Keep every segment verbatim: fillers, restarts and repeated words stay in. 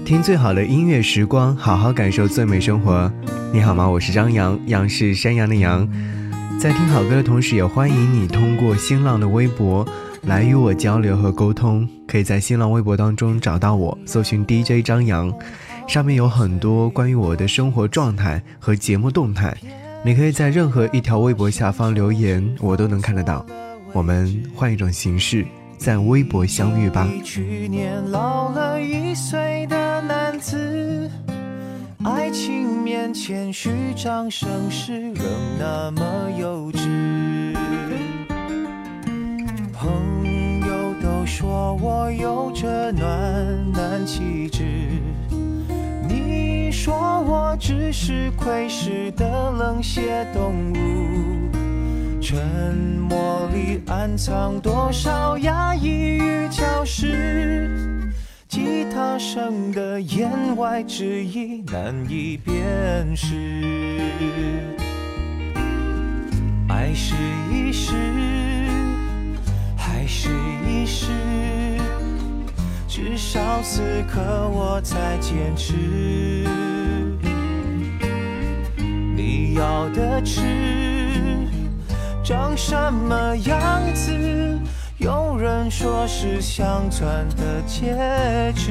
听最好的音乐时光，好好感受最美生活。你好吗？我是张扬，杨是山羊的羊。在听好歌的同时，也欢迎你通过新浪的微博来与我交流和沟通。可以在新浪微博当中找到我，搜寻 D J 张扬，上面有很多关于我的生活状态和节目动态，你可以在任何一条微博下方留言，我都能看得到。我们换一种形式，在微博相遇吧。 去年老了一岁的男子，爱情面前虚张声势，仍那么幼稚。朋友都说我有着暖男气质，你说我只是窥视的冷血动物，沉默里暗藏多少压抑与矫饰，吉他声的言外之意难以辨识。爱是一时，还是一时，至少此刻我在坚持。你要的痴长什么样子？有人说是镶钻的戒指，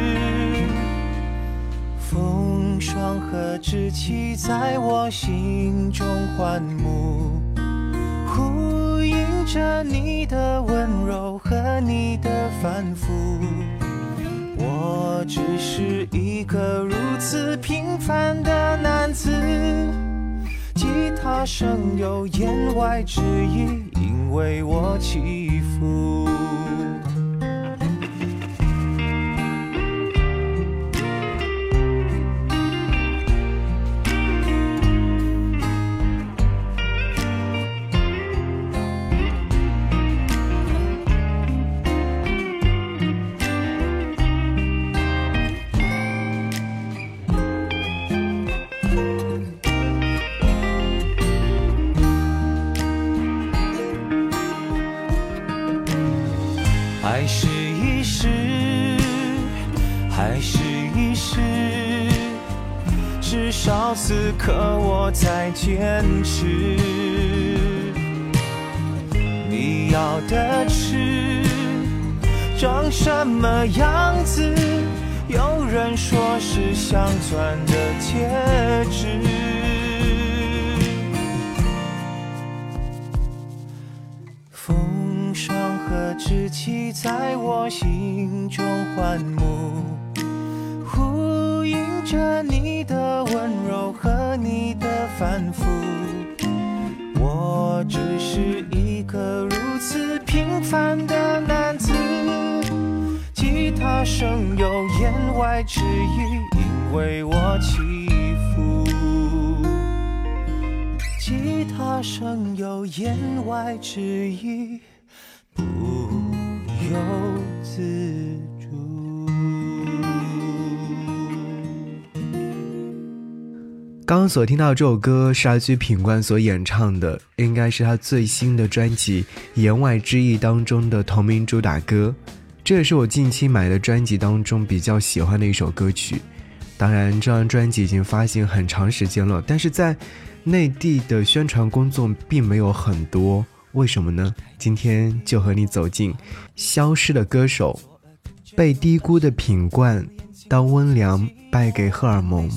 风霜和稚气在我心中幻幕，呼应着你的温柔和你的反复。我只是一个如此平凡的男子，吉他声有言外之意，因为我起伏。还是一时，还是一时，至少此刻我在坚持。你要的痴长什么样子？有人说是镶钻的戒指，风霜和稚气在我心中幻幕，呼应着你的温柔和你的反复。我只是一个如此平凡的男子，吉他声有言外之意，因为我起伏。吉他声有言外之意，不由自主。 刚刚所听到这首歌是来自于品冠所演唱的，应该是他最新的专辑《言外之意》当中的同名主打歌。这也是我近期买的专辑当中比较喜欢的一首歌曲。当然这张专辑已经发行很长时间了，但是在内地的宣传工作并没有很多，为什么呢？今天就和你走进消失的歌手，被低估的品冠，当温良败给荷尔蒙。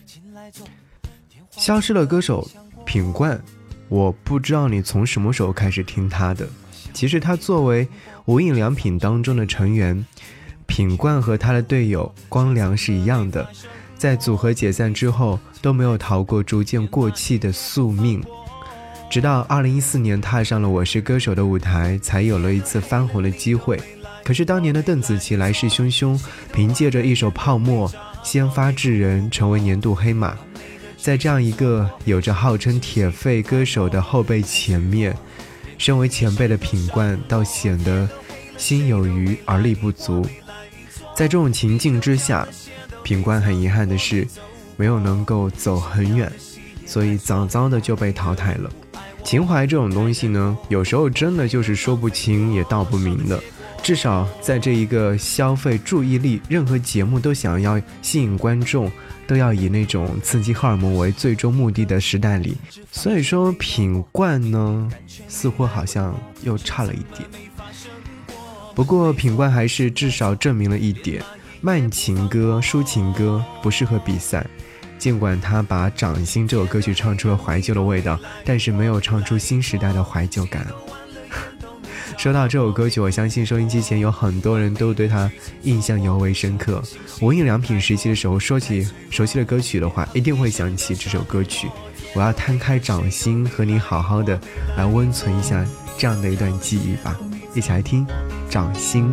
消失的歌手品冠，我不知道你从什么时候开始听他的。其实他作为无印良品当中的成员，品冠和他的队友光良是一样的，在组合解散之后都没有逃过逐渐过气的宿命。直到二零一四年踏上了我是歌手的舞台，才有了一次翻红的机会。可是当年的邓紫棋来势汹汹，凭借着一首泡沫先发制人，成为年度黑马。在这样一个有着号称铁肺歌手的后辈前面，身为前辈的品冠倒显得心有余而力不足。在这种情境之下，品冠很遗憾的是没有能够走很远，所以早早的就被淘汰了。情怀这种东西呢，有时候真的就是说不清也道不明的，只至少在这一个消费注意力，任何节目都想要吸引观众，都要以那种刺激荷尔蒙为最终目的的时代里，所以说品冠呢似乎好像又差了一点。不过品冠还是至少证明了一点，慢情歌抒情歌不适合比赛。尽管他把《掌心》这首歌曲唱出了怀旧的味道，但是没有唱出新时代的怀旧感。说到这首歌曲，我相信收音机前有很多人都对他印象尤为深刻。无印良品时期的时候，说起熟悉的歌曲的话，一定会想起这首歌曲。我要摊开掌心，和你好好的来温存一下这样的一段记忆吧。一起来听《掌心》。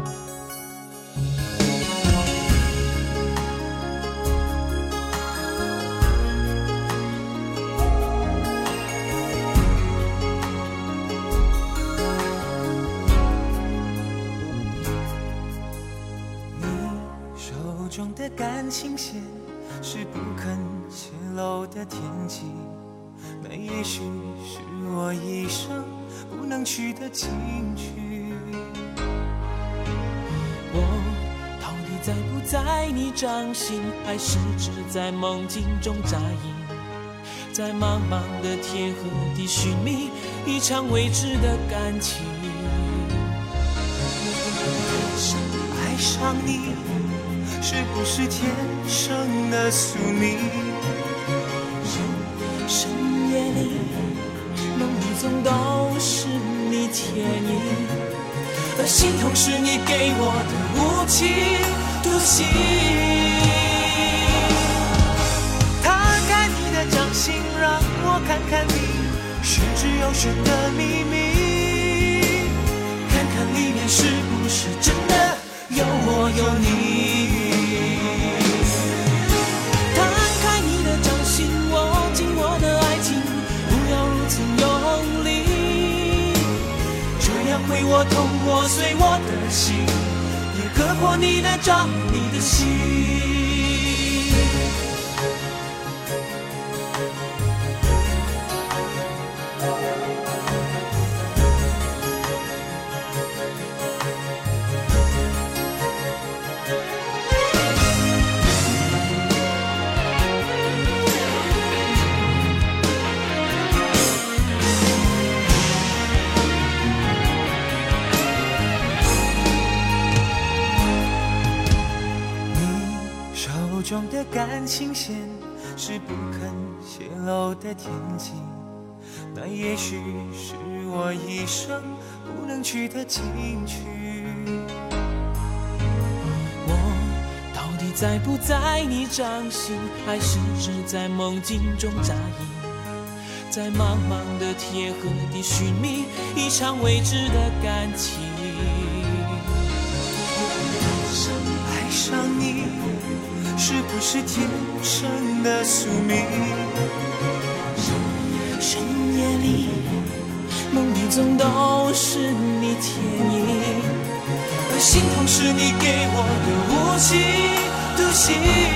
中的感情线是不肯泄露的天机，那也许是我一生不能取的情趣。 我到底在不在你掌心，还是只在梦境中扎营，在茫茫的天和地寻觅一场未知的感情。 爱上你是不是天生的宿命？ 深夜里梦里总都是你倩影，而心痛是你给我的无情独行。 摊开你的掌心，让我看看你玄之又玄的秘密， 看看里面是不是真的有我有你。摊开你的掌心，握紧我的爱情，不要如此用力，这样会我痛我碎我的心，也割破你的掌你的心。 中的感情线是不肯泄露的天机，那也许是我一生不能取的情趣。 我到底在不在你掌心，还是只在梦境中扎营，在茫茫的天和地寻觅一场未知的感情。 爱上你是不是天生的宿命？ 深夜里梦里总都是你倩影， 而心痛是你给我的无情独行。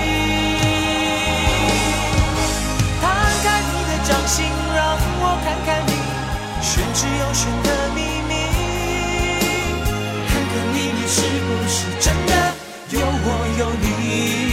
摊开你的掌心，让我看看你玄之又玄的秘密，看看里面是不是真的有我有你。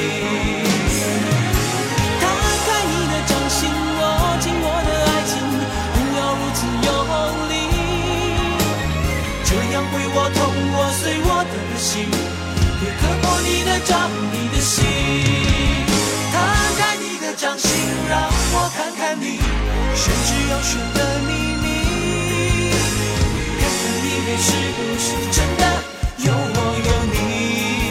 会我痛我碎我的心，也割破你的掌你的心。摊开你的掌心，让我看看你玄之又玄的秘密，看看里面是不是真的有我有你。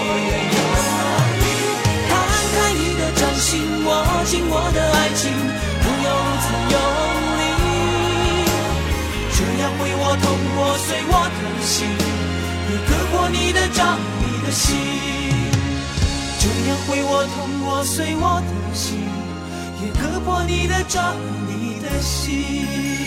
摊开你的掌心，握紧我的爱情，不要如此用力，这样会我痛我碎我的心，也割破你的掌你的心， 这样会我痛我碎我的心，也割破你的掌你的心。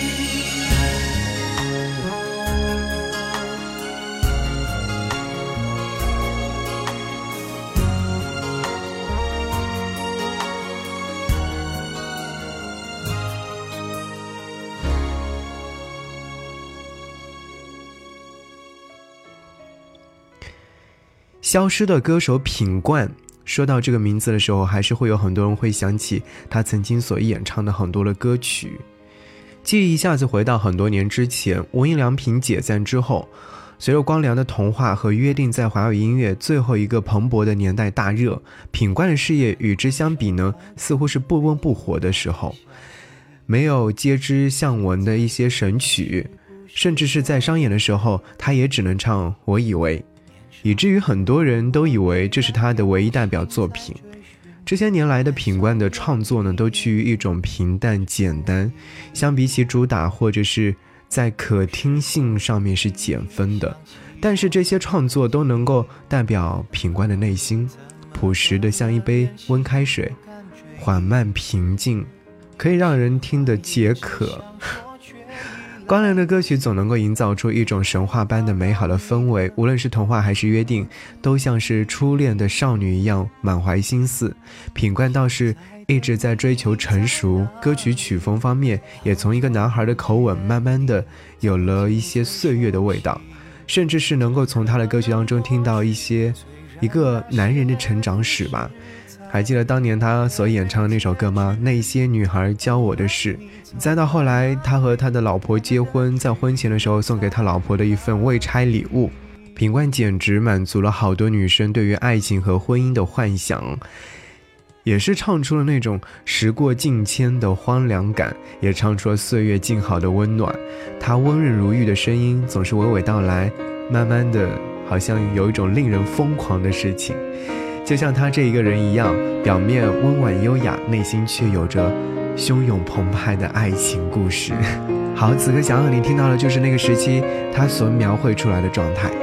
消失的歌手品冠，说到这个名字的时候，还是会有很多人会想起他曾经所演唱的很多的歌曲。记忆一下子回到很多年之前，无印良品解散之后，随着光良的童话和约定在华语音乐最后一个蓬勃的年代大热，品冠的事业与之相比呢，似乎是不温不火的时候。没有皆知向闻的一些神曲，甚至是在商演的时候，他也只能唱我以为，以至于很多人都以为这是他的唯一代表作品。这些年来的品冠的创作呢，都趋于一种平淡简单，相比起主打或者是在可听性上面是减分的，但是这些创作都能够代表品冠的内心，朴实的像一杯温开水，缓慢平静，可以让人听得解渴。光良的歌曲总能够营造出一种神话般的美好的氛围，无论是童话还是约定，都像是初恋的少女一样满怀心思。品冠倒是一直在追求成熟，歌曲曲风方面也从一个男孩的口吻慢慢的有了一些岁月的味道，甚至是能够从他的歌曲当中听到一些一个男人的成长史吧。还记得当年他所演唱的那首歌吗？那些女孩教我的事。再到后来他和他的老婆结婚，在婚前的时候送给他老婆的一份未拆礼物，品冠简直满足了好多女生对于爱情和婚姻的幻想，也是唱出了那种时过境迁的荒凉感，也唱出了岁月静好的温暖。他温润如玉的声音总是娓娓道来，慢慢的好像有一种令人疯狂的事情，就像他这一个人一样，表面温婉优雅，内心却有着汹涌澎湃的爱情故事。好，此刻想要你听到的就是那个时期他所描绘出来的状态。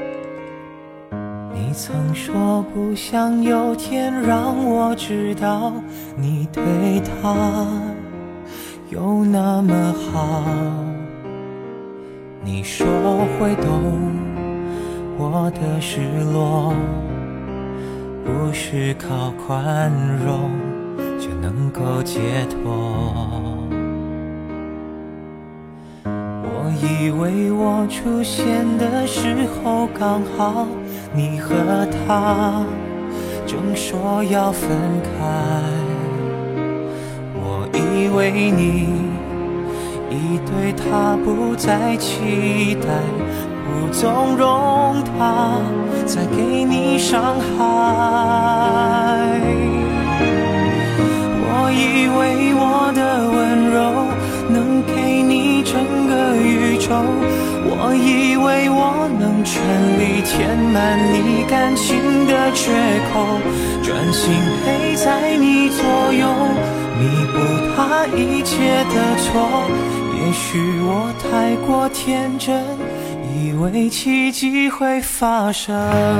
你曾说不想有天让我知道你对他有那么好，你说会懂我的失落，不是靠宽容就能够解脱。我以为我出现的时候刚好你和他正说要分开，我以为你已对他不再期待，不纵容他再给你伤害。我以为我的温柔能给你整个宇宙，我以为我能全力填满你感情的缺口，专心陪在你左右，弥补他一切的错。也许我太过天真，以为奇迹会发生。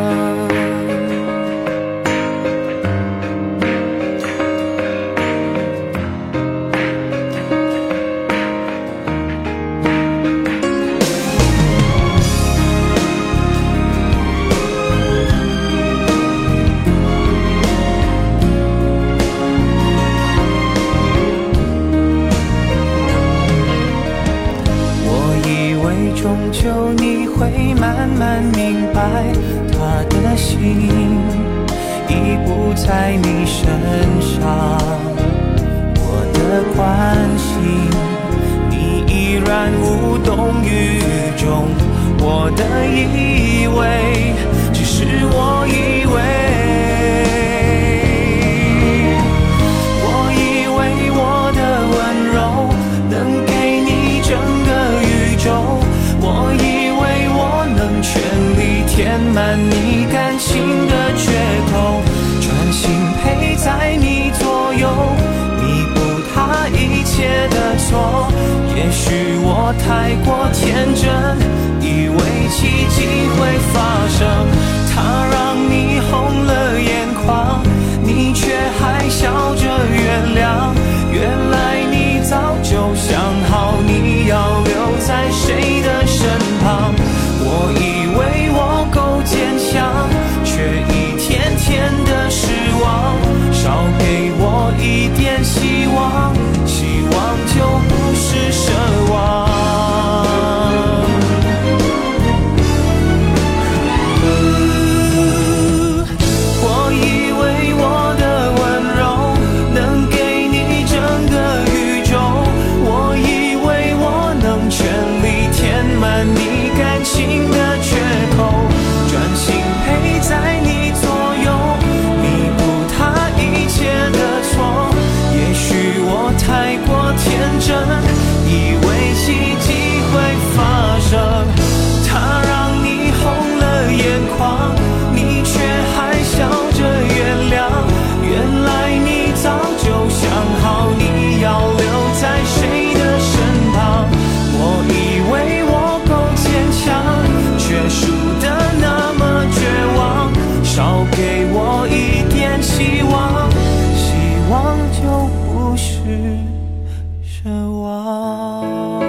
终究你会慢慢明白，他的心已不在你身上，我的关心你依然无动于衷，我的以为只是我以为，我以为我的温柔能给你整个宇宙，我以为我能全力填满你感情的缺口，专心陪在你左右，弥补他一切的错。也许我太过天真，以为奇迹会发生，他让你红了眼眶，你却还笑着原谅。原来你早就想好你要留在谁的身旁，我以为我够坚强，却一天天的失望，少给我一点希望，希望就不是奢望。 我一点希望，希望就不是奢望。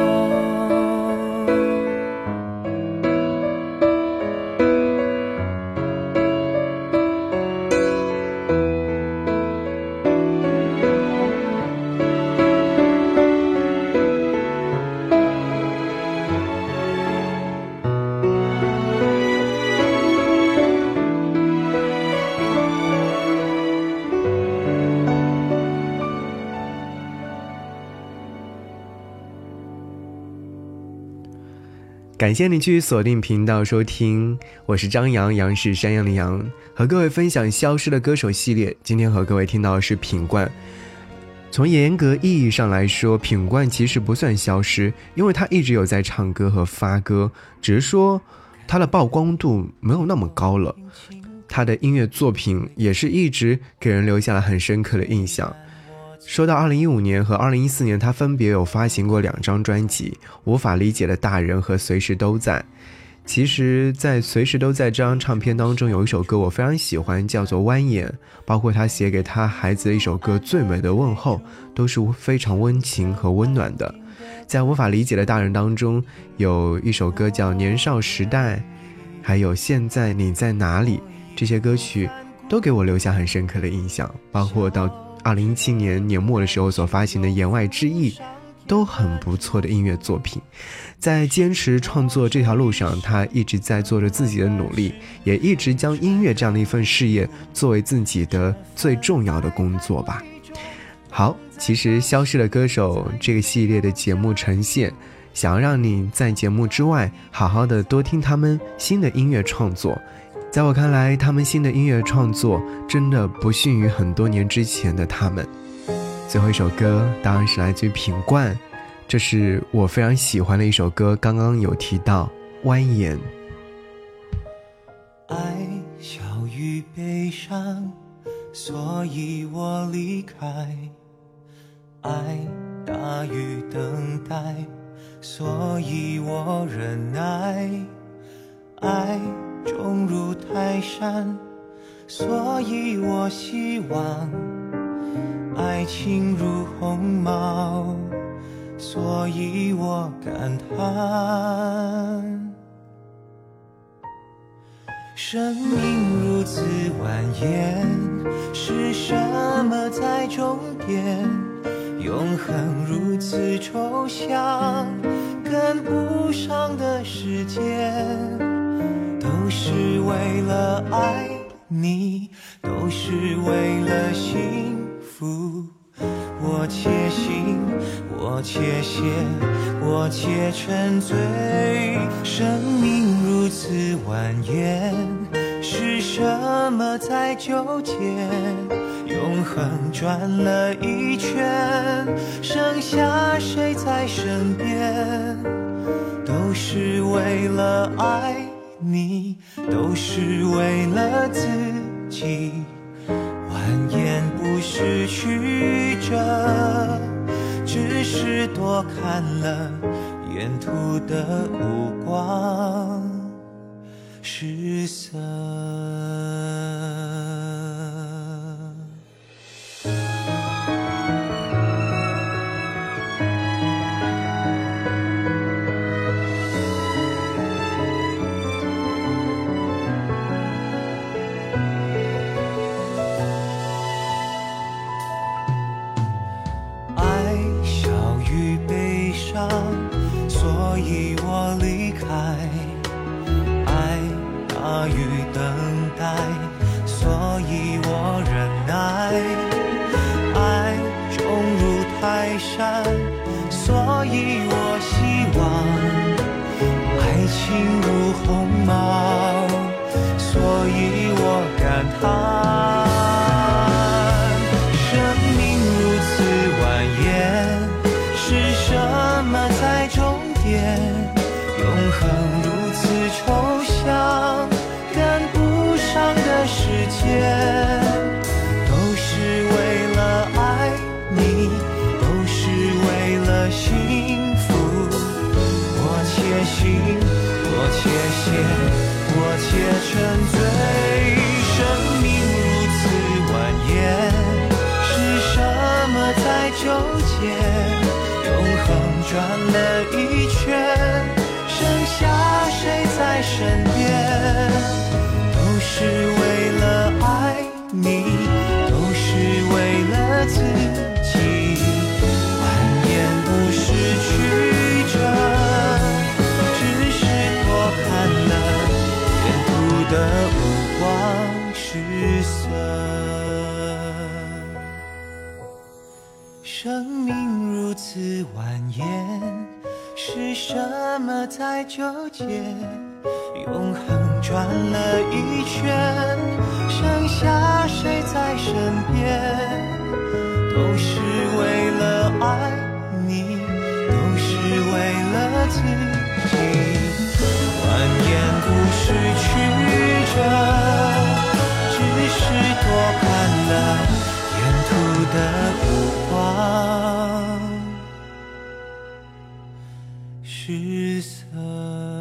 感谢你继续锁定频道收听，我是张扬，杨是山羊的羊，和各位分享消失的歌手系列。今天和各位听到的是品冠。从严格意义上来说，品冠其实不算消失，因为他一直有在唱歌和发歌，只是说他的曝光度没有那么高了。他的音乐作品也是一直给人留下了很深刻的印象。说到二零一五年和二零一四年，他分别有发行过两张专辑，无法理解的大人和随时都在。其实在随时都在这张唱片当中，有一首歌我非常喜欢，叫做蜿蜒，包括他写给他孩子的一首歌最美的问候，都是非常温情和温暖的。在无法理解的大人当中，有一首歌叫年少时代，还有现在你在哪里，这些歌曲都给我留下很深刻的印象，包括到二零一七年年末的时候所发行的言外之意，都很不错的音乐作品。在坚持创作这条路上，他一直在做着自己的努力，也一直将音乐这样的一份事业作为自己的最重要的工作吧。好，其实消失的歌手这个系列的节目呈现，想要让你在节目之外好好的多听他们新的音乐创作。在我看来，他们新的音乐创作真的不逊于很多年之前的他们。最后一首歌当然是来自于品冠，这是我非常喜欢的一首歌，刚刚有提到蜿蜒。 爱小于悲伤，所以我离开，爱大于等待，所以我忍耐，爱重如泰山，所以我希望，爱情如鸿毛，所以我感叹，生命如此蜿蜒，是什么在终点？永恒如此抽象，跟不上的时间，都是为了爱你，都是为了幸福。我且行，我且歇，我且沉醉。生命如此蜿蜒，是什么在纠结？永恒转了一圈，剩下谁在身边？都是为了爱你，都是为了自己。蜿蜒不是曲折，只是多看了沿途的五光十色。所以我离开，爱大于等待，所以我忍耐，爱重如泰山，所以我希望，爱情如鸿毛，所以我感叹，生命如此蜿蜒，是什么在终点？永恒如此抽象，跟不上的时间，都是为了爱你，都是为了幸福。我且行，我且歇，我且沉醉。生命纠结，永恒转了一圈，剩下谁在身边？都是为了爱你，都是为了自己，蜿蜒不是曲折，只是多看了沿途的五光十色。生命如此蜿蜒，是什么在纠结？永恒转了一圈，剩下谁在身边？都是为了爱你，都是为了自己，蜿蜒不是曲折，只是多看了沿途的五光十色。